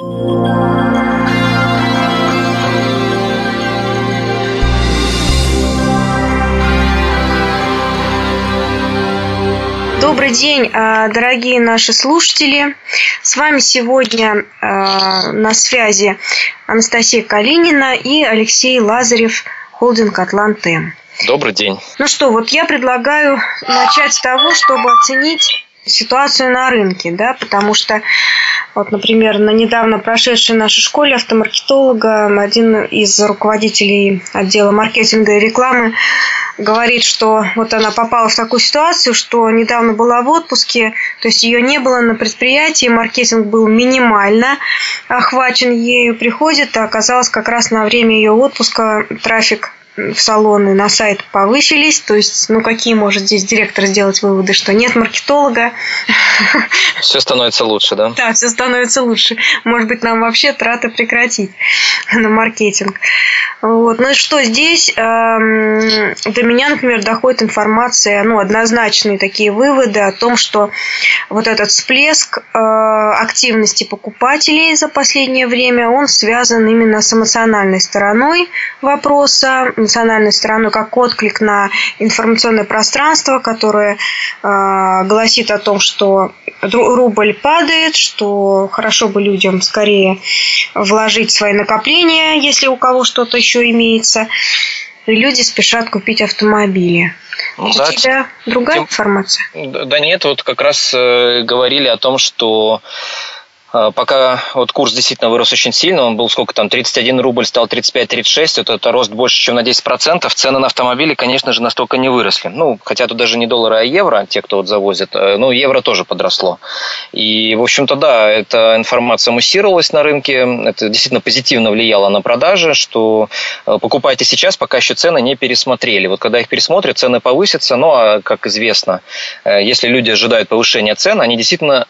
Добрый день, дорогие наши слушатели. С вами сегодня на связи Анастасия Калинина и Алексей Лазарев, холдинг «Атлант-М». Добрый день. Ну что, вот я предлагаю начать с того, чтобы оценить ситуацию на рынке, да, потому что, вот, например, на недавно прошедшей нашей школе автомаркетолога один из руководителей отдела маркетинга и рекламы говорит, что вот она попала в такую ситуацию, что недавно была в отпуске, то есть ее не было на предприятии, маркетинг был минимально охвачен ею, приходит, а оказалось как раз на время ее отпуска трафик в салоны на сайт повысились, то есть, какие может здесь директор сделать выводы, что нет маркетолога. Все становится лучше, да? Да, все становится лучше. Может быть, нам вообще траты прекратить на маркетинг. Вот. Ну и что здесь? До меня, например, доходит информация, однозначные такие выводы о том, что вот этот всплеск активности покупателей за последнее время, он связан именно с эмоциональной стороной вопроса, эмоциональной стороной как отклик на информационное пространство, которое гласит о том, что рубль падает, что хорошо бы людям скорее вложить свои накопления, если у кого что-то еще имеется, и люди спешат купить автомобили. У тебя другая информация? Да нет, вот как раз говорили о том, что пока вот курс действительно вырос очень сильно, он был 31 рубль, стал 35-36, это рост больше, чем на 10%. Цены на автомобили, конечно же, настолько не выросли. Хотя тут даже не доллары, а евро, те, кто вот завозит. Евро тоже подросло. И, в общем-то, да, эта информация муссировалась на рынке, это действительно позитивно влияло на продажи, что покупайте сейчас, пока еще цены не пересмотрели. Вот когда их пересмотрят, цены повысятся, а, как известно, если люди ожидают повышения цен, они действительно,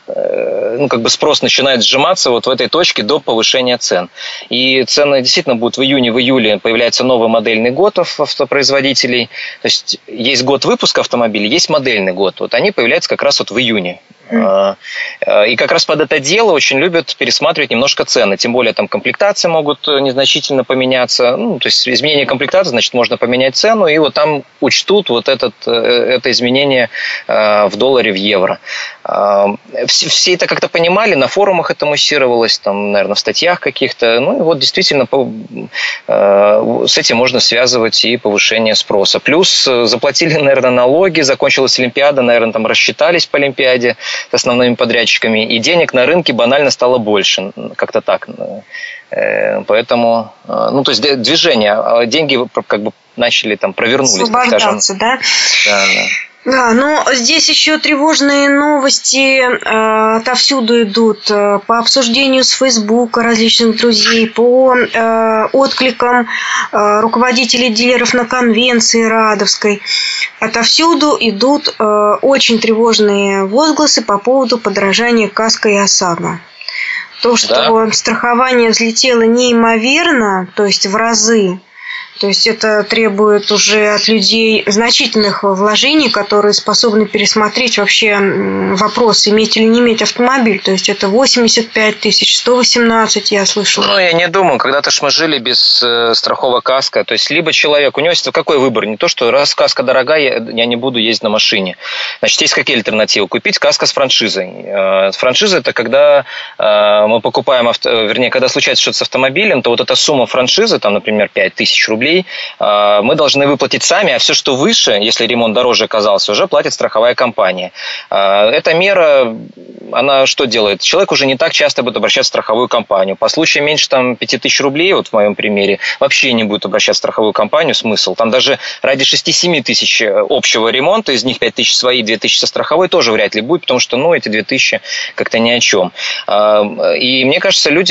спрос начинает сжиматься вот в этой точке до повышения цен. И цены действительно будут в июне, в июле появляется новый модельный год автопроизводителей. То есть год выпуска автомобилей, есть модельный год. Вот они появляются как раз вот в июне. И как раз под это дело очень любят пересматривать немножко цены. Тем более там комплектации могут незначительно поменяться. То есть изменение комплектации, значит, можно поменять цену. И вот там учтут вот это изменение в долларе, в евро. Все это как-то понимали, на форумах это муссировалось, там, наверное, в статьях каких-то. И вот действительно с этим можно связывать и повышение спроса. Плюс заплатили, наверное, налоги, закончилась Олимпиада, наверное, там рассчитались по Олимпиаде с основными подрядчиками, и денег на рынке банально стало больше, как-то так. Поэтому, то есть движение, деньги как бы начали там провернулись, скажем. Да? Да. Да, но здесь еще тревожные новости отовсюду идут по обсуждению с Фейсбука различных друзей, по откликам руководителей дилеров на конвенции Радовской. Отовсюду идут очень тревожные возгласы по поводу подорожания КАСКО и ОСАГО. То, что страхование взлетело неимоверно, то есть в разы, то есть это требует уже от людей значительных вложений, которые способны пересмотреть вообще вопрос, иметь или не иметь автомобиль. То есть это 85 тысяч, 118, я слышала. Я не думаю, когда-то мы жили без страхового КАСКО. То есть либо человек, у него есть какой выбор? Не то, что раз КАСКО дорогая, я не буду ездить на машине. Значит, есть какие альтернативы? Купить КАСКО с франшизой. Франшиза – это когда мы покупаем, когда случается что-то с автомобилем, то вот эта сумма франшизы, там, например, 5 тысяч рублей, мы должны выплатить сами, а все, что выше, если ремонт дороже оказался, уже платит страховая компания. Эта мера, она что делает? Человек уже не так часто будет обращаться в страховую компанию. По случаю меньше 5000 рублей, вот в моем примере, вообще не будет обращаться в страховую компанию, смысл. Там даже ради 6-7 тысяч общего ремонта, из них 5000 свои, 2000 со страховой тоже вряд ли будет, потому что эти 2000 как-то ни о чем. И мне кажется, люди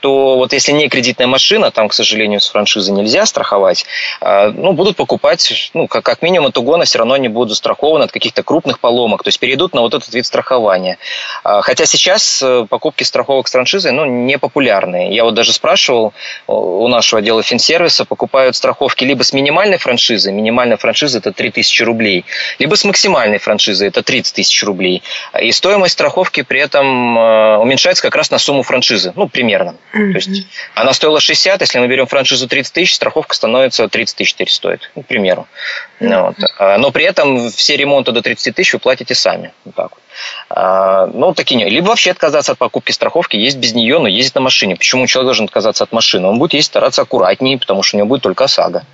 что вот если не кредитная машина, там, к сожалению, с франшизы нельзя страховать, будут покупать, как минимум от угона все равно они будут застрахованы от каких-то крупных поломок, то есть перейдут на вот этот вид страхования. Хотя сейчас покупки страховок с франшизой, не популярные. Я вот даже спрашивал у нашего отдела финсервиса, покупают страховки либо с минимальной франшизой, минимальная франшиза это 3000 рублей, либо с максимальной франшизой это 30 тысяч рублей. И стоимость страховки при этом уменьшается как раз на сумму франшизы, примерно. То есть она стоила 60, если мы берем франшизу 30 тысяч, страховка становится 30 тысяч теперь стоит, к примеру. Но при этом все ремонты до 30 тысяч вы платите сами. Вот так вот. Такие. Либо вообще отказаться от покупки страховки, есть без нее, но ездить на машине. Почему человек должен отказаться от машины? Он будет ездить, стараться аккуратнее, потому что у него будет только ОСАГО.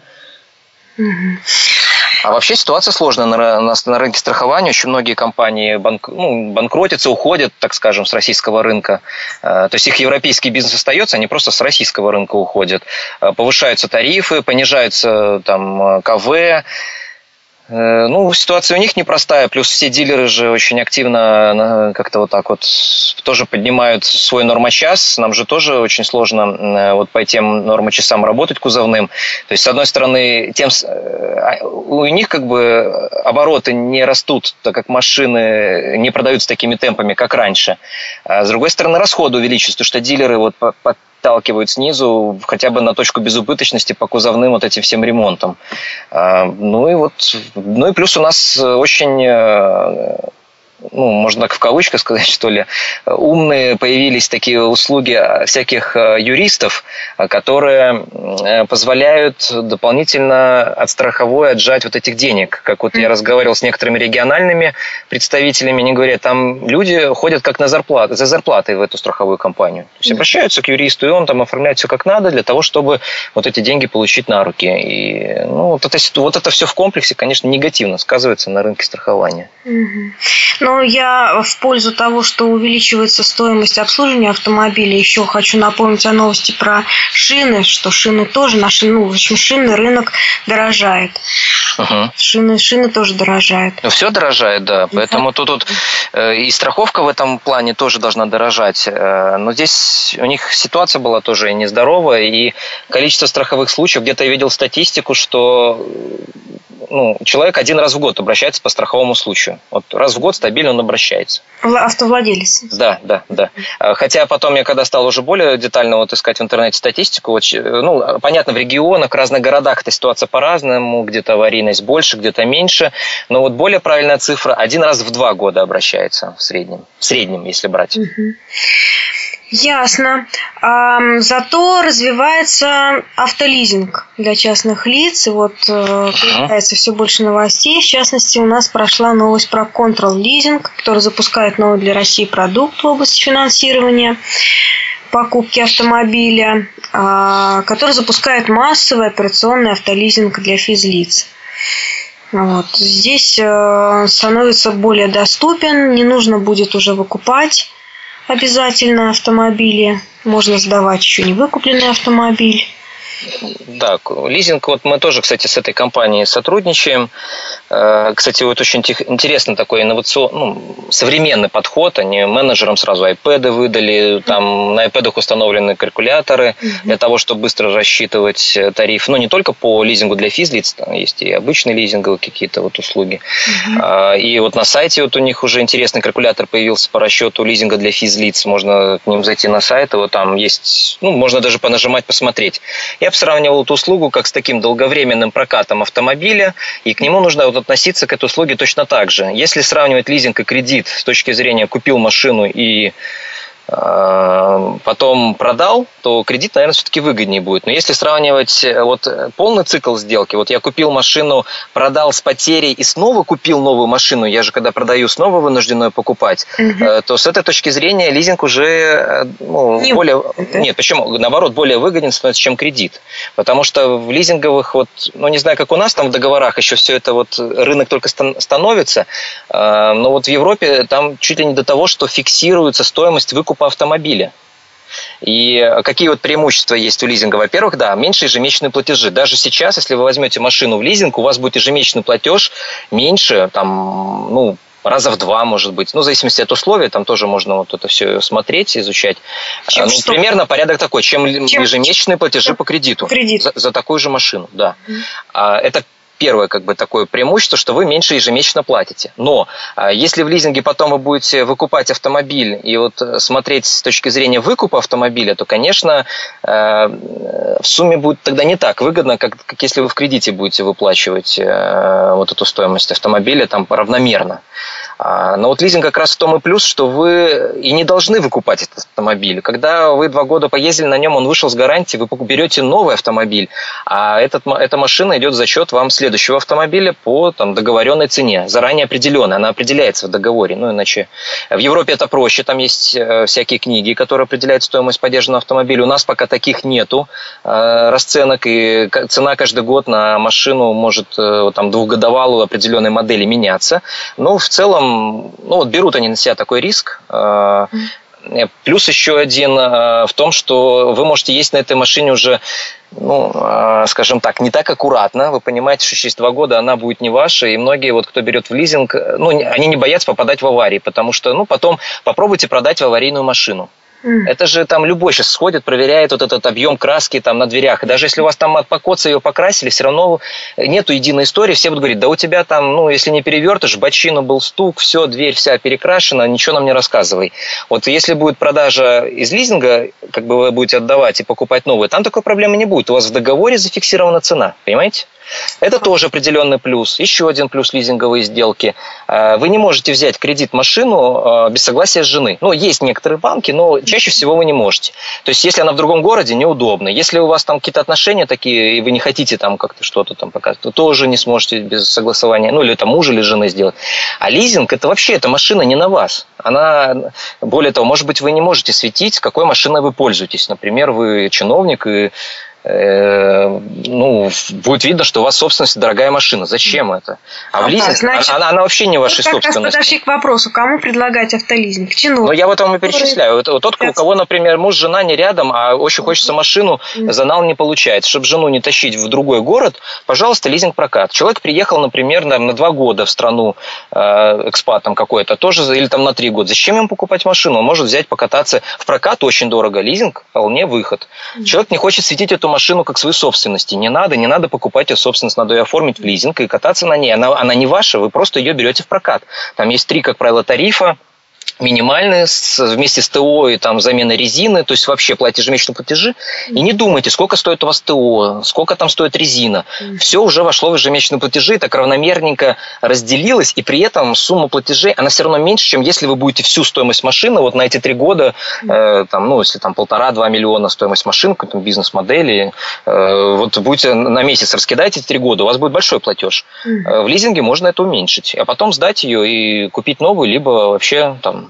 А вообще ситуация сложная на рынке страхования. Очень многие компании банкротятся, уходят, так скажем, с российского рынка. То есть их европейский бизнес остается, они просто с российского рынка уходят. Повышаются тарифы, понижаются КВ. Ситуация у них непростая, плюс все дилеры же очень активно как-то вот так вот тоже поднимают свой нормочас. Нам же тоже очень сложно вот по тем нормочасам работать кузовным. То есть, с одной стороны, у них как бы обороты не растут, так как машины не продаются такими темпами, как раньше. А с другой стороны, расходы увеличиваются, потому что дилеры подталкивают снизу хотя бы на точку безубыточности по кузовным вот этим всем ремонтам. И плюс у нас очень, можно так в кавычках сказать, что ли, умные появились такие услуги всяких юристов, которые позволяют дополнительно от страховой отжать вот этих денег. Как вот я разговаривал с некоторыми региональными представителями, они говорят, там люди ходят как за зарплатой в эту страховую компанию. То есть обращаются к юристу, и он там оформляет все как надо для того, чтобы вот эти деньги получить на руки. И вот это все в комплексе, конечно, негативно сказывается на рынке страхования. Но я в пользу того, что увеличивается стоимость обслуживания автомобиля, еще хочу напомнить о новости про шины, что шины тоже, шинный рынок дорожает. Шины тоже дорожают. Все дорожает, да. Поэтому тут и страховка в этом плане тоже должна дорожать. Но здесь у них ситуация была тоже нездоровая, и количество страховых случаев, где-то я видел статистику, что человек один раз в год обращается по страховому случаю. Вот раз в год стабильно он обращается. Автовладелец. Да. Хотя потом я, когда стал уже более детально искать в интернете статистику, понятно, в регионах, в разных городах эта ситуация по-разному, где-то аварийность больше, где-то меньше, но вот более правильная цифра, один раз в 2 года обращается в среднем, если брать. Ясно. Зато развивается автолизинг для частных лиц. И появляется все больше новостей. В частности, у нас прошла новость про Control Leasing, который запускает новый для России продукт в области финансирования покупки автомобиля, который запускает массовый операционный автолизинг для физлиц. Здесь становится более доступен, не нужно будет уже выкупать обязательно автомобили. Можно сдавать еще не выкупленный автомобиль. Да, лизинг, мы тоже, кстати, с этой компанией сотрудничаем. Кстати, очень интересный такой современный подход. Они менеджерам сразу iPad выдали, там на iPad установлены калькуляторы для того, чтобы быстро рассчитывать тариф. Не только по лизингу для физлиц, там есть и обычные лизинговые какие-то услуги. И на сайте у них уже интересный калькулятор появился по расчету лизинга для физлиц. Можно к ним зайти на сайт, там есть, можно даже понажимать, посмотреть. Я бы сравнивал эту услугу как с таким долговременным прокатом автомобиля, и к нему нужно относиться к этой услуге точно так же. Если сравнивать лизинг и кредит с точки зрения купил машину и потом продал, то кредит, наверное, все-таки выгоднее будет. Но если сравнивать полный цикл сделки, я купил машину, продал с потерей и снова купил новую машину, я же когда продаю, снова вынужден ее покупать, то с этой точки зрения лизинг уже наоборот, более выгоден становится, чем кредит. Потому что в лизинговых, не знаю, как у нас там в договорах еще все это рынок только становится, но в Европе там чуть ли не до того, что фиксируется стоимость выкупа автомобиля. И какие преимущества есть у лизинга? Во-первых, меньше ежемесячные платежи. Даже сейчас, если вы возьмете машину в лизинг, у вас будет ежемесячный платеж меньше, раза в 2, может быть. Ну, в зависимости от условий, там тоже можно вот это все смотреть, изучать. Примерно порядок такой, чем ежемесячные платежи по кредиту. За такую же машину, да. Это первое такое преимущество, что вы меньше ежемесячно платите. Но если в лизинге потом вы будете выкупать автомобиль и вот смотреть с точки зрения выкупа автомобиля, то, конечно, в сумме будет тогда не так выгодно, как если вы в кредите будете выплачивать вот эту стоимость автомобиля там равномерно. Но вот лизинг как раз в том и плюс, что вы и не должны выкупать этот автомобиль. Когда вы 2 года поездили на нем, он вышел с гарантии, вы берете новый автомобиль, а эта машина идет за счет вам следующего автомобиля по договоренной цене, заранее определенной, она определяется в договоре. Ну, иначе в Европе это проще, там есть всякие книги, которые определяют стоимость подержанного автомобиля. У нас пока таких нету расценок, и цена каждый год на машину может двухгодовалую определенной модели меняться. Но в целом, берут они на себя такой риск. Плюс еще один в том, что вы можете ездить на этой машине уже, скажем так, не так аккуратно. Вы понимаете, что через 2 года она будет не ваша. И многие, кто берет в лизинг, они не боятся попадать в аварии, потому что, потом попробуйте продать в аварийную машину. Это же там любой сейчас сходит, проверяет вот этот объем краски там на дверях. И даже если у вас там от покоца ее покрасили, все равно нету единой истории. Все будут говорить, да у тебя там, если не перевертыш, бочину был стук, все, дверь вся перекрашена, ничего нам не рассказывай. Вот если будет продажа из лизинга, вы будете отдавать и покупать новую, там такой проблемы не будет. У вас в договоре зафиксирована цена, понимаете? Это тоже определенный плюс. Еще один плюс лизинговой сделки. Вы не можете взять кредит машину без согласия жены. Есть некоторые банки, но чаще всего вы не можете. То есть, если она в другом городе, неудобно. Если у вас там какие-то отношения такие, и вы не хотите там как-то что-то там показывать, то тоже не сможете без согласования, или там мужа или жены сделать. А лизинг, это вообще, эта машина не на вас. Она, более того, может быть, вы не можете светить, какой машиной вы пользуетесь. Например, вы чиновник, и будет видно, что у вас собственность дорогая машина. Зачем это? А в лизинг, она вообще не вашей собственности. Подошли к вопросу, кому предлагать автолизинг? Чиновник. Я вот вам и перечисляю. Тот, у кого, например, муж, жена не рядом, а очень хочется машину, за нал не получается. Чтобы жену не тащить в другой город, пожалуйста, лизинг-прокат. Человек приехал, например, на 2 года в страну экспатом какой-то, тоже, или там на 3 года. Зачем ему покупать машину? Он может взять, покататься в прокат, очень дорого. Лизинг вполне выход. Человек не хочет светить эту машину как свою собственность. Не надо покупать ее собственность, надо ее оформить в лизинг и кататься на ней. Она не ваша, вы просто ее берете в прокат. Там есть 3, как правило, тарифа. Минимальные, вместе с ТО и там замена резины, то есть вообще платите ежемесячные платежи, и не думайте, сколько стоит у вас ТО, сколько там стоит резина. Все уже вошло в ежемесячные платежи, так равномерненько разделилось, и при этом сумма платежей, она все равно меньше, чем если вы будете всю стоимость машины вот на эти 3 года, если там 1,5-2 миллиона стоимость машин, какой-то бизнес-модели, вот будете на месяц раскидать эти 3 года, у вас будет большой платеж. В лизинге можно это уменьшить, а потом сдать ее и купить новую, либо вообще там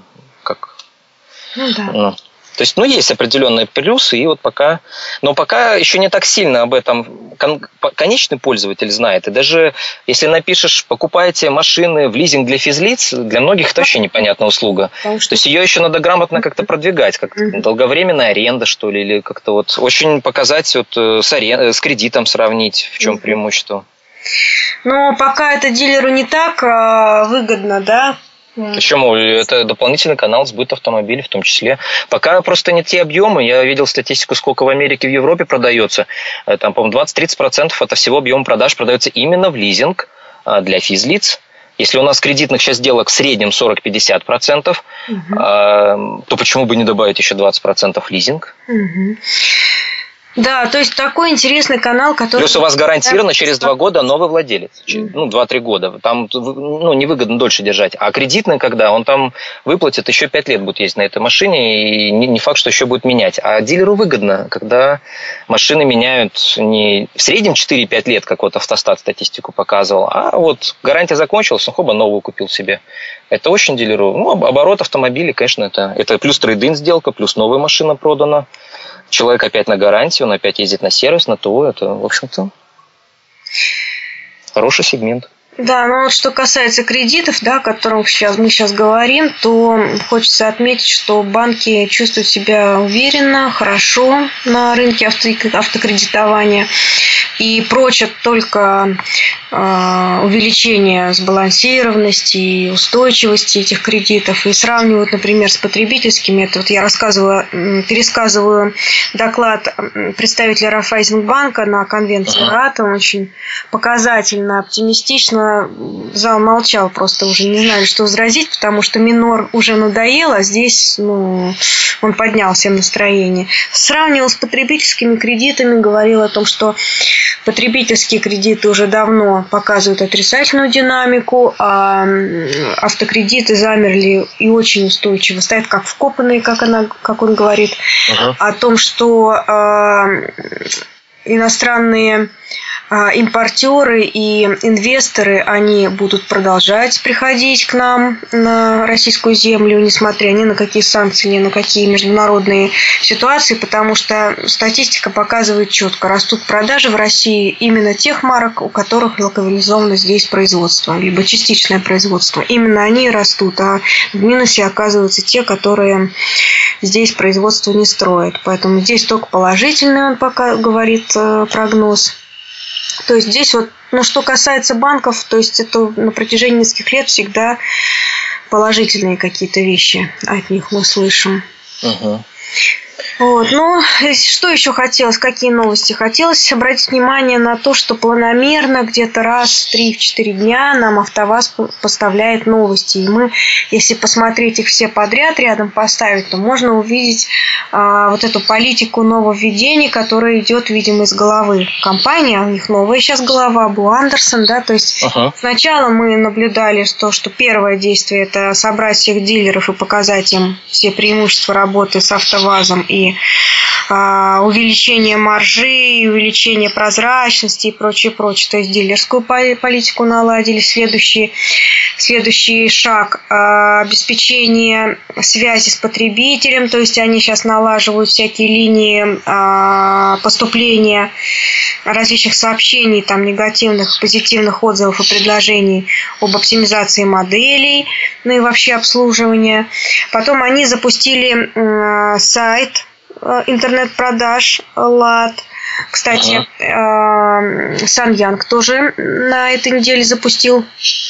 то есть, есть определенные плюсы, и вот пока еще не так сильно об этом конечный пользователь знает. И даже если напишешь, покупайте машины в лизинг для физлиц, для многих это вообще непонятная услуга. То есть, ее еще надо грамотно как-то продвигать, как долговременная аренда, что ли, или как-то очень показать, с кредитом сравнить, в чем преимущество. Но пока это дилеру не так выгодно, да? Почему? Это дополнительный канал сбыта автомобилей в том числе. Пока просто не те объемы. Я видел статистику, сколько в Америке, в Европе продается. Там, по-моему, 20-30% от всего объема продаж продается именно в лизинг для физлиц. Если у нас кредитных сейчас сделок в среднем 40-50%, то почему бы не добавить еще 20% лизинг? Да, то есть такой интересный канал, который... Плюс у вас гарантированно через 2 года новый владелец. 2-3 года. Там невыгодно дольше держать. А кредитный, когда он там выплатит, еще 5 лет будет ездить на этой машине, и не факт, что еще будет менять. А дилеру выгодно, когда машины меняют не в среднем 4-5 лет, как вот Автостат статистику показывал, а вот гарантия закончилась, он хоба новую купил себе. Это очень дилеру. Оборот автомобилей, конечно, это плюс трейд-ин сделка, плюс новая машина продана. Человек опять на гарантии, он опять ездит на сервис, на ТО. Это, в общем-то, хороший сегмент. Да, но вот что касается кредитов, да, о которых мы сейчас говорим, то хочется отметить, что банки чувствуют себя уверенно, хорошо на рынке автокредитования и прочат только увеличение сбалансированности и устойчивости этих кредитов и сравнивают, например, с потребительскими. Это вот я пересказываю доклад представителя Райффайзенбанка на конвенции РАТ. Он очень показательно, оптимистично. Зал молчал, просто уже не знали, что возразить, потому что минор уже надоел, а здесь он поднял всем настроение. Сравнивал с потребительскими кредитами, говорил о том, что потребительские кредиты уже давно показывают отрицательную динамику, а автокредиты замерли и очень устойчиво стоят как вкопанные, как он говорит, о том, что иностранные импортеры и инвесторы, они будут продолжать приходить к нам на российскую землю, несмотря ни на какие санкции, ни на какие международные ситуации, потому что статистика показывает четко, растут продажи в России именно тех марок, у которых локализовано здесь производство, либо частичное производство. Именно они растут, а в минусе оказываются те, которые здесь производство не строят. Поэтому здесь только положительный, он пока говорит, прогноз. То есть здесь вот, что касается банков, то есть это на протяжении нескольких лет всегда положительные какие-то вещи от них мы слышим. Вот. Что еще хотелось? Какие новости? Хотелось обратить внимание на то, что планомерно где-то раз в 3-4 дня нам АвтоВАЗ поставляет новости. И мы, если посмотреть их все подряд, рядом поставить, то можно увидеть вот эту политику нововведений, которая идет, видимо, из головы компании. А у них новая сейчас голова, Бу Андерсон. Да? То есть сначала мы наблюдали то, что первое действие – это собрать всех дилеров и показать им все преимущества работы с АвтоВАЗом и увеличение маржи, увеличение прозрачности и прочее. То есть дилерскую политику наладили. Следующий шаг – обеспечение связи с потребителем. То есть они сейчас налаживают всякие линии поступления различных сообщений, там, негативных, позитивных отзывов и предложений об оптимизации моделей, и вообще обслуживания. Потом они запустили сайт интернет-продаж ЛАД. Кстати, Саньянг тоже на этой неделе запустил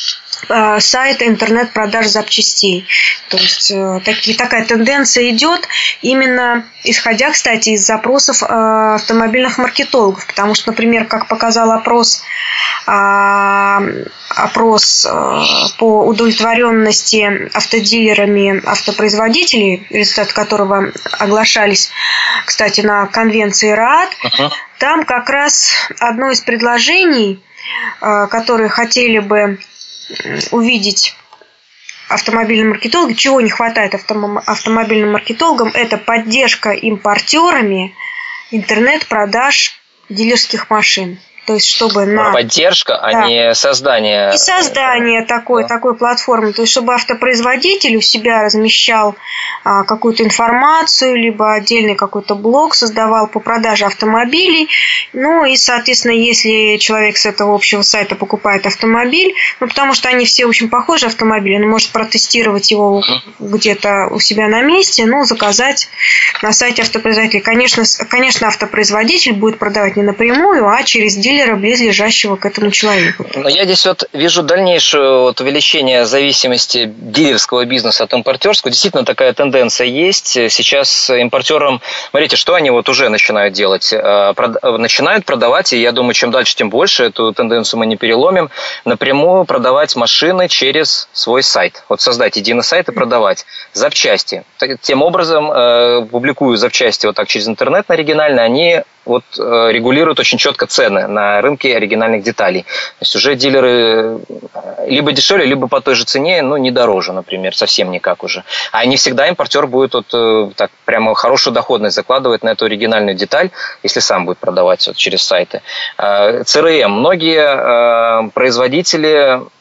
сайт интернет-продаж запчастей. То есть такая тенденция идет именно исходя, кстати, из запросов автомобильных маркетологов. Потому что, например, как показал опрос по удовлетворенности автодилерами автопроизводителей, результаты которого оглашались, кстати, на конвенции РААТ, там как раз одно из предложений, которые хотели бы увидеть автомобильным маркетологам, чего не хватает автомобильным маркетологам, это поддержка импортерами интернет-продаж дилерских машин. То есть, чтобы поддержка, а не создание. И создание такой платформы. То есть, чтобы автопроизводитель у себя размещал какую-то информацию, либо отдельный какой-то блог создавал по продаже автомобилей. И, соответственно, если человек с этого общего сайта покупает автомобиль, потому что они все очень похожи автомобили, он может протестировать его где-то у себя на месте, заказать на сайте автопроизводителя. Конечно, автопроизводитель будет продавать не напрямую, а через дилера, близлежащего к этому человеку. Но я здесь вижу дальнейшее увеличение зависимости дилерского бизнеса от импортерского. Действительно, такая тенденция есть. Сейчас импортерам, смотрите, что они уже начинают делать. Начинают продавать, и я думаю, чем дальше, тем больше, эту тенденцию мы не переломим, напрямую продавать машины через свой сайт. Создать единый сайт и продавать запчасти. Тем образом, публикуя запчасти так через интернет на оригинальные, они регулируют очень четко цены на рынке оригинальных деталей. То есть уже дилеры либо дешевле, либо по той же цене, не дороже, например, совсем никак уже. А не всегда импортер будет так прямо хорошую доходность закладывать на эту оригинальную деталь, если сам будет продавать через сайты. CRM. Многие производители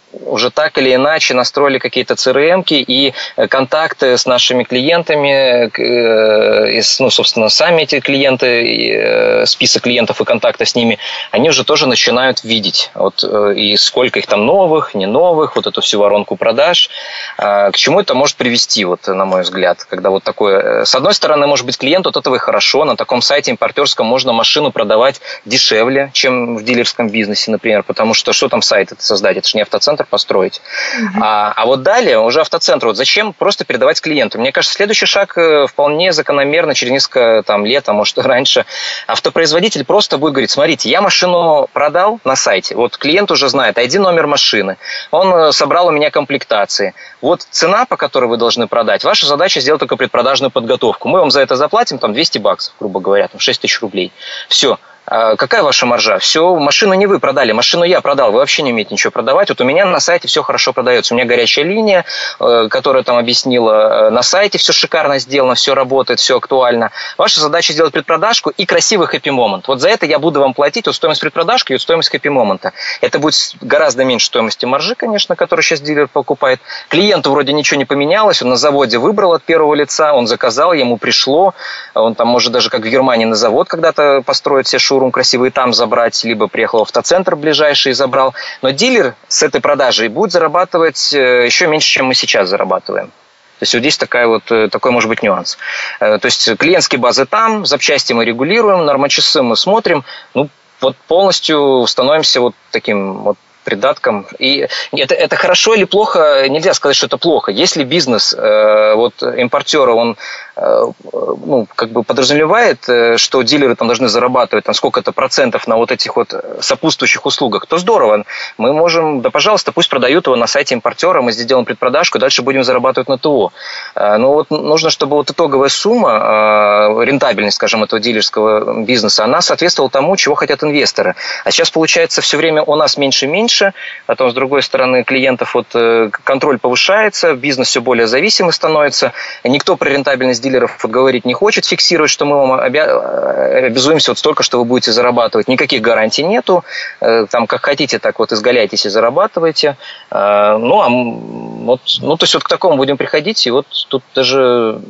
уже так или иначе настроили какие-то CRM-ки и контакты с нашими клиентами, собственно, сами эти клиенты, список клиентов и контакты с ними, они уже тоже начинают видеть. И сколько их там новых, не новых, эту всю воронку продаж. К чему это может привести, на мой взгляд, когда такое... С одной стороны, может быть, клиенту от этого и хорошо. На таком сайте импортерском можно машину продавать дешевле, чем в дилерском бизнесе, например, потому что там сайт это создать? Это же не автоцентр построить. А далее уже автоцентр. Зачем просто передавать клиенту? Мне кажется, следующий шаг вполне закономерно через несколько лет, а может раньше. Автопроизводитель просто будет говорить: смотрите, я машину продал на сайте. Клиент уже знает ID-номер машины. Он собрал у меня комплектации. Цена, по которой вы должны продать. Ваша задача сделать только предпродажную подготовку. Мы вам за это заплатим $200, грубо говоря, 6 тысяч рублей. Все. Какая ваша маржа? Все, машину не вы продали, машину я продал. Вы вообще не умеете ничего продавать. У меня на сайте все хорошо продается. У меня горячая линия, которая объяснила на сайте, все шикарно сделано, все работает, все актуально. Ваша задача сделать предпродажку и красивый хэппи-момент. За это я буду вам платить стоимость предпродажки и стоимость хэппи-момента. Это будет гораздо меньше стоимости маржи, конечно, которую сейчас дилер покупает. Клиенту вроде ничего не поменялось. Он на заводе выбрал от первого лица, он заказал, ему пришло. Он может даже как в Германии на завод когда-то построить все шоурум красивый там забрать, либо приехал в автоцентр ближайший и забрал. Но дилер с этой продажей будет зарабатывать еще меньше, чем мы сейчас зарабатываем. То есть здесь такой может быть нюанс. То есть клиентские базы там, запчасти мы регулируем, нормочасы мы смотрим, полностью становимся таким придатком. И это хорошо или плохо, нельзя сказать, что это плохо. Если бизнес импортера, он подразумевает, что дилеры должны зарабатывать сколько-то процентов на этих сопутствующих услугах, то здорово. Мы можем, пожалуйста, пусть продают его на сайте импортера, мы здесь делаем предпродажку, и дальше будем зарабатывать на ТО. Но нужно, чтобы итоговая сумма, рентабельность, скажем, этого дилерского бизнеса, она соответствовала тому, чего хотят инвесторы. А сейчас, получается, все время у нас меньше и меньше, потом, с другой стороны, клиентов контроль повышается, бизнес все более зависимый становится, никто про рентабельность дилеров говорить не хочет, фиксировать, что мы вам обязуемся столько, что вы будете зарабатывать. Никаких гарантий нету. Как хотите, так изгаляйтесь и зарабатывайте. То есть к такому будем приходить, и тут даже...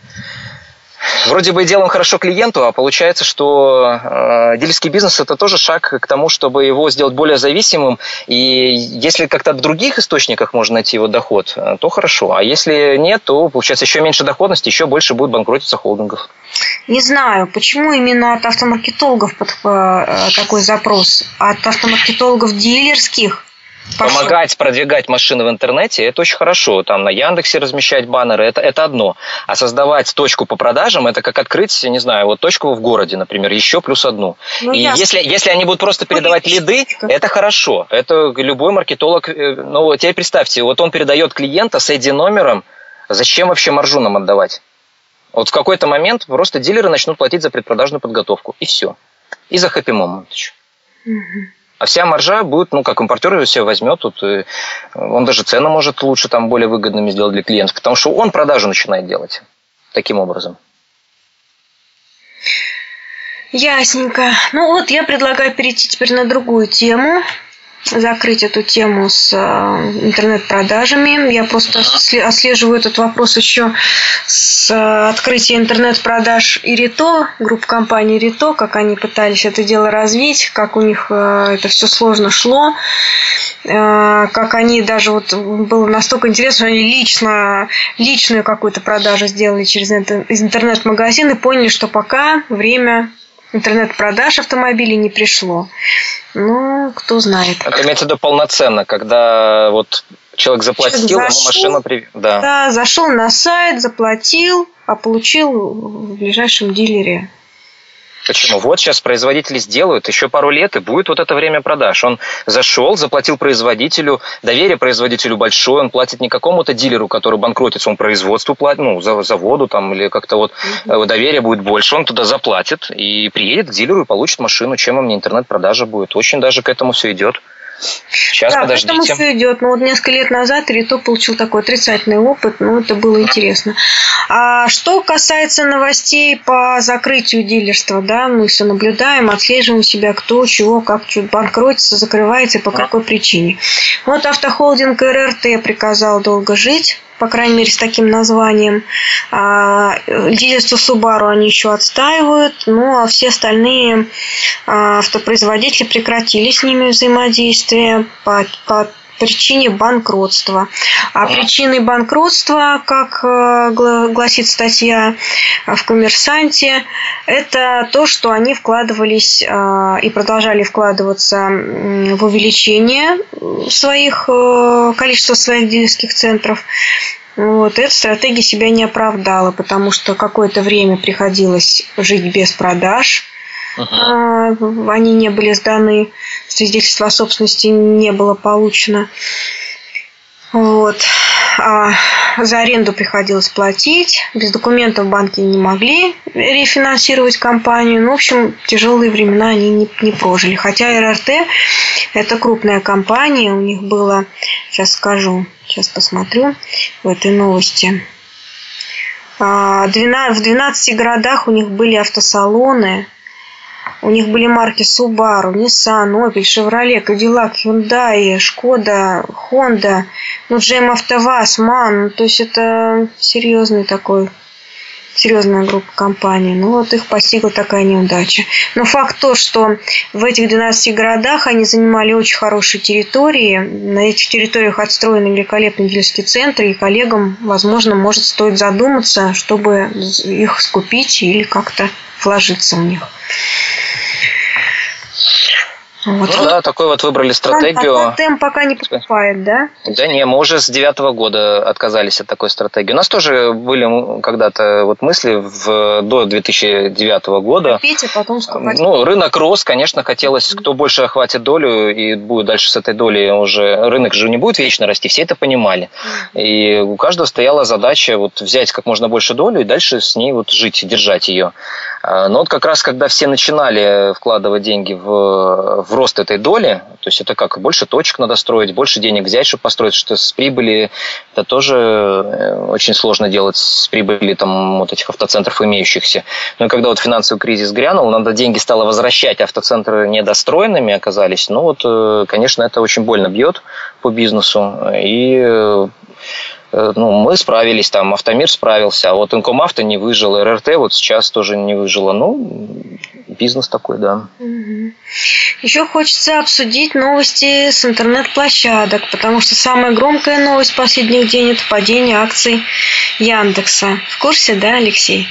Вроде бы делаем хорошо клиенту, а получается, что дилерский бизнес – это тоже шаг к тому, чтобы его сделать более зависимым. И если как-то в других источниках можно найти доход, то хорошо. А если нет, то получается еще меньше доходности, еще больше будет банкротиться холдингов. Не знаю, почему именно от автомаркетологов такой запрос. От автомаркетологов дилерских помогать продвигать машины в интернете – это очень хорошо. На Яндексе размещать баннеры – это одно. А создавать точку по продажам – это как открыть, не знаю, точку в городе, например, еще плюс одну. И если они будут просто передавать лиды, это хорошо. Это любой маркетолог… теперь представьте, он передает клиента с ID-номером, зачем вообще маржу нам отдавать? В какой-то момент просто дилеры начнут платить за предпродажную подготовку. И все. И за хэппи-момент еще. А вся маржа будет, как импортер ее себе возьмет, он даже цены может лучше, более выгодными сделать для клиентов, потому что он продажу начинает делать таким образом. Ясненько. Я предлагаю перейти теперь на другую тему, закрыть эту тему с интернет-продажами. Я просто отслеживаю этот вопрос еще с открытия интернет-продаж Ирито, группы компании Ирито, как они пытались это дело развить, как у них это все сложно шло, как они даже было настолько интересно, что они личную какую-то продажу сделали через интернет-магазин и поняли, что пока время интернет-продаж автомобилей не пришло. Кто знает. Это имеется в виду полноценно, когда человек заплатил, ему машина Да, зашел на сайт, заплатил, а получил в ближайшем дилере. Почему? Сейчас производители сделают еще пару лет, и будет это время продаж. Он зашел, заплатил производителю, доверие производителю большое, он платит не какому-то дилеру, который банкротится, он производству платит, заводу или как-то доверие будет больше, он туда заплатит и приедет к дилеру и получит машину, чем им не интернет-продажа будет. Очень даже к этому все идет. Сейчас да, подождите. Поэтому все идет. Ну, вот несколько лет назад Рито получил такой отрицательный опыт, это было интересно. А что касается новостей по закрытию дилерства, да, мы все наблюдаем, отслеживаем себя, кто, чего, как банкротится, закрывается и по какой причине. Вот автохолдинг РРТ приказал долго жить, по крайней мере, с таким названием. Дилерство Subaru они еще отстаивают, а все остальные автопроизводители прекратили с ними взаимодействие по причине банкротства. А причиной банкротства, как гласит статья в «Коммерсанте», это то, что они вкладывались и продолжали вкладываться в увеличение количества своих дилерских центров. Эта стратегия себя не оправдала, потому что какое-то время приходилось жить без продаж. Они не были сданы, свидетельство о собственности не было получено. А за аренду приходилось платить, без документов банки не могли рефинансировать компанию. В общем, тяжелые времена они не прожили. Хотя РРТ – это крупная компания, у них было, сейчас посмотрю в этой новости. В 12 городах у них были автосалоны. У них были марки Subaru, Nissan, Opel, Chevrolet, Cadillac, Hyundai, Skoda, Honda, GM АвтоВАЗ, MAN. То есть это серьезная группа компаний. Их постигла такая неудача. Но факт то, что в этих 12 городах они занимали очень хорошие территории. На этих территориях отстроены великолепные дилерские центры, и коллегам, возможно, может стоит задуматься, чтобы их скупить или как-то вложиться в них. Да, такой выбрали стратегию. Темп пока не покупает, да? Да не, мы уже с 2009 года отказались от такой стратегии. У нас тоже были когда-то мысли до 2009 года. Купить, а потом скупать. Рынок рос, конечно, хотелось, кто больше охватит долю и будет дальше с этой долей уже. Рынок же не будет вечно расти, все это понимали. И у каждого стояла задача взять как можно больше долю и дальше с ней жить, держать ее. Но как раз, когда все начинали вкладывать деньги в рост этой доли, то есть это как больше точек надо строить, больше денег взять, чтобы построить, что с прибыли это тоже очень сложно делать, с прибыли этих автоцентров имеющихся. Но когда финансовый кризис грянул, надо деньги стало возвращать, автоцентры недостроенными оказались, конечно, это очень больно бьет по бизнесу, и мы справились, Автомир справился, а Инкомавто не выжил, РРТ сейчас тоже не выжило. Бизнес такой, да. Еще хочется обсудить новости с интернет-площадок, потому что самая громкая новость последних дней – это падение акций Яндекса. В курсе, да, Алексей?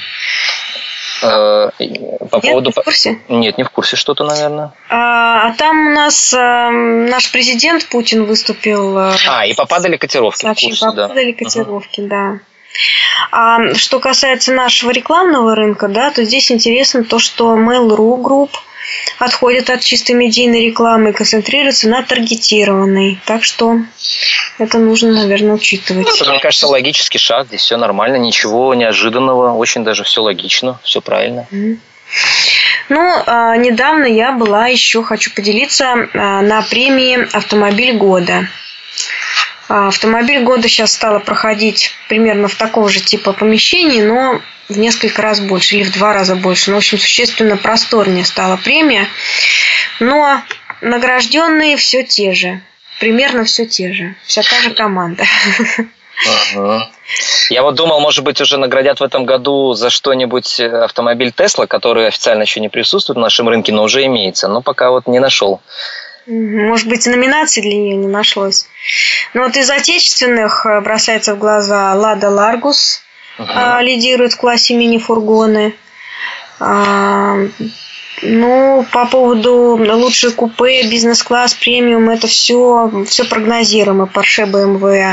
Поводу... в курсе? Нет, не в курсе что-то, наверное. А там у нас наш президент Путин выступил. И попадали котировки. Попадали котировки, да. А что касается нашего рекламного рынка, да, то здесь интересно то, что Mail.ru Group отходит от чистой медийной рекламы и концентрируется на таргетированной. Так что это нужно, наверное, учитывать. Мне кажется, логический шаг. Здесь все нормально, ничего неожиданного. Очень даже все логично, все правильно. Недавно я была еще, хочу поделиться, на премии «Автомобиль года». «Автомобиль года» сейчас стала проходить примерно в такого же типа помещении, но в несколько раз больше или в 2 раза больше. В общем, существенно просторнее стала премия. Но награжденные все те же. Примерно все те же. Вся та же команда. Я думал, может быть, уже наградят в этом году за что-нибудь автомобиль Tesla, который официально еще не присутствует в нашем рынке, но уже имеется. Но пока не нашел. Может быть, и номинаций для нее не нашлось. Но из отечественных бросается в глаза Лада Ларгус, лидирует в классе мини-фургоны. По поводу лучшие купе, бизнес-класс, премиум, это все прогнозируемо. Porsche, BMW,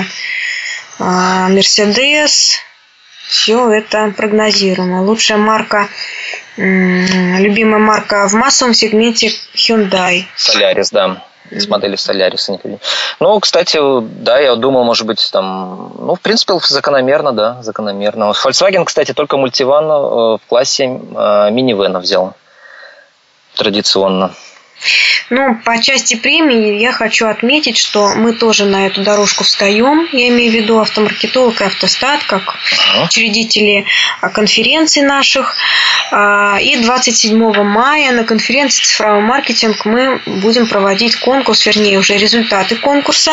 Mercedes, все это прогнозируемо. Лучшая марка, любимая марка в массовом сегменте Hyundai. Solaris, да. С моделью Solaris. Кстати, да, я думал, может быть, в принципе, закономерно, да, закономерно. Volkswagen, кстати, только мультиван в классе минивэна взял. Традиционно. Ну, по части премии я хочу отметить, что мы тоже на эту дорожку встаем. Я имею в виду Автомаркетолог и Автостат, как учредители конференций наших. И 27 мая на конференции «Цифровой маркетинг» мы будем проводить конкурс, вернее, уже результаты конкурса.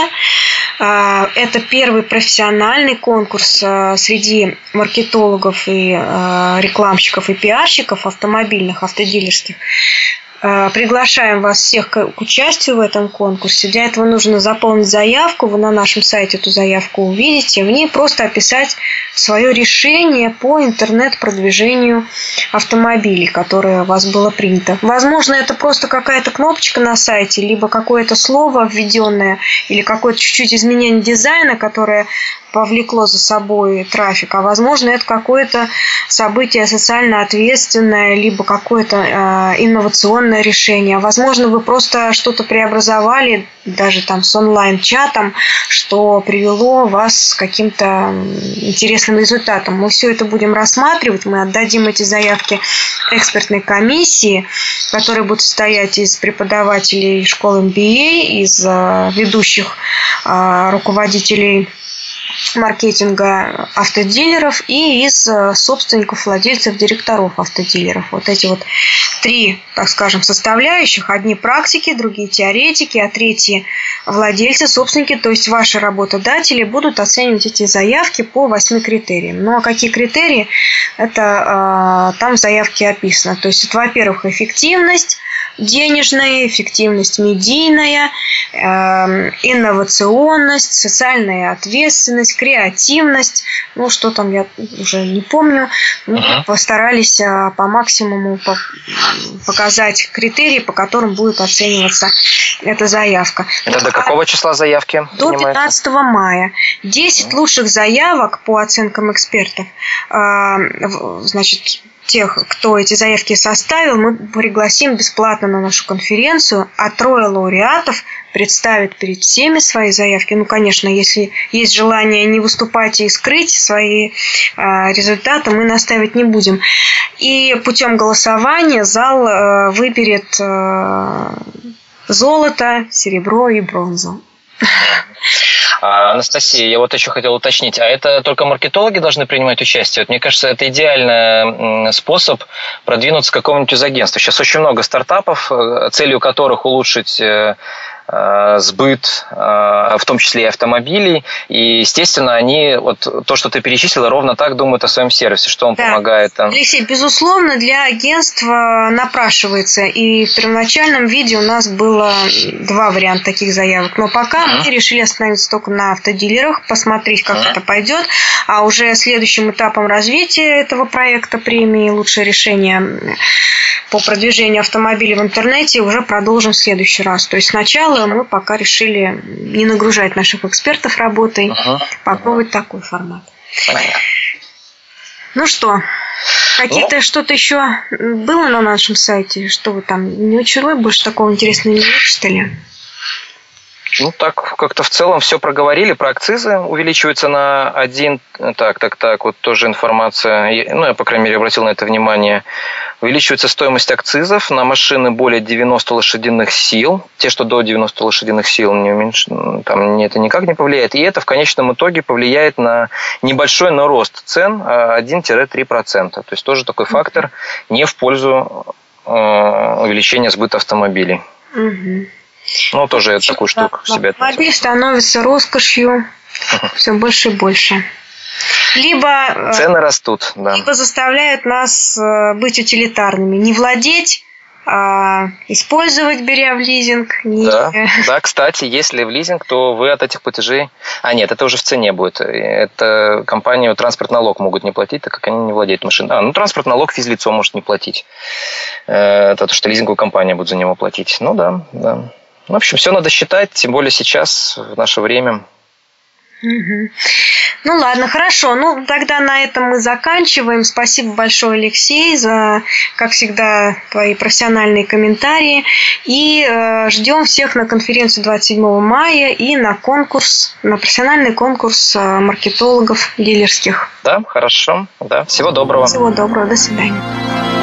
Это первый профессиональный конкурс среди маркетологов и рекламщиков и пиарщиков автомобильных, автодилерских. Приглашаем вас всех к участию в этом конкурсе. Для этого нужно заполнить заявку. Вы на нашем сайте эту заявку увидите. В ней просто описать свое решение по интернет-продвижению автомобилей, которое у вас было принято. Возможно, это просто какая-то кнопочка на сайте, либо какое-то слово введенное, или какое-то чуть-чуть изменение дизайна, которое повлекло за собой трафик, а возможно, это какое-то событие социально ответственное, либо какое-то инновационное решение. Возможно, вы просто что-то преобразовали, даже там с онлайн-чатом, что привело вас к каким-то интересным результатам. Мы все это будем рассматривать, мы отдадим эти заявки экспертной комиссии, которая будет состоять из преподавателей школы MBA, из ведущих руководителей маркетинга автодилеров и из собственников, владельцев, директоров автодилеров. Вот эти вот три, так скажем, составляющих. Одни практики, другие теоретики, а третьи владельцы, собственники, то есть ваши работодатели будут оценивать эти заявки по 8 критериям. Ну, а какие критерии? Это там в заявке описано. То есть, это, во-первых, эффективность денежная, эффективность медийная, инновационность, социальная ответственность, креативность. Ну, что там, я уже не помню. Постарались по максимуму показать критерии, по которым будет оцениваться эта заявка. Это до какого числа заявки? До 15 мая. 10 лучших заявок по оценкам экспертов. Значит, тех, кто эти заявки составил, мы пригласим бесплатно на нашу конференцию, а 3 лауреатов представят перед всеми свои заявки. Ну, конечно, если есть желание не выступать и скрыть свои результаты, мы наставить не будем. И путем голосования зал выберет золото, серебро и бронзу. Анастасия, я вот еще хотел уточнить, а это только маркетологи должны принимать участие? Вот мне кажется, это идеальный способ продвинуться к какому-нибудь из агентства. Сейчас очень много стартапов, целью которых улучшить сбыт, в том числе и автомобилей. И, естественно, они, вот то, что ты перечислила, ровно так думают о своем сервисе, что он помогает. Алексей, безусловно, для агентства напрашивается. И в первоначальном виде у нас было 2 варианта таких заявок. Но пока мы решили остановиться только на автодилерах, посмотреть, как это пойдет. А уже следующим этапом развития этого проекта премии «Лучшее решение» по продвижению автомобилей в интернете уже продолжим в следующий раз. То есть сначала мы пока решили не нагружать наших экспертов работой, попробовать такой формат. Понятно. Ну что, что-то еще было на нашем сайте? Что вы там не учили? Больше такого интересного не вычитали? Ну, так, как-то в целом все проговорили. Про акцизы увеличиваются на 1... Так, вот тоже информация. Ну, я, по крайней мере, обратил на это внимание. Увеличивается стоимость акцизов на машины более 90 лошадиных сил. Те, что до 90 лошадиных сил, там это никак не повлияет. И это в конечном итоге повлияет на небольшой, но рост цен 1-3%. То есть тоже такой фактор не в пользу увеличения сбыта автомобилей. Ну, тоже я такую штуку в себя отметил. Автомобиль становится роскошью все больше и больше. Либо цены растут, да. Либо заставляют нас быть утилитарными. Не владеть, а использовать, беря в лизинг. Да, кстати, если в лизинг, то вы от этих платежей... нет, это уже в цене будет. Это компанию транспорт-налог могут не платить, так как они не владеют машиной. Транспорт-налог физлицо может не платить. Это то, что лизинговая компания будет за него платить. Ну да. В общем, все надо считать, тем более сейчас, в наше время. Ну ладно, хорошо. Ну тогда на этом мы заканчиваем. Спасибо большое, Алексей, за, как всегда, твои профессиональные комментарии. И ждем всех на конференцию 27 мая и на конкурс, на профессиональный конкурс маркетологов дилерских. Да, хорошо. Да, всего доброго. Всего доброго. До свидания.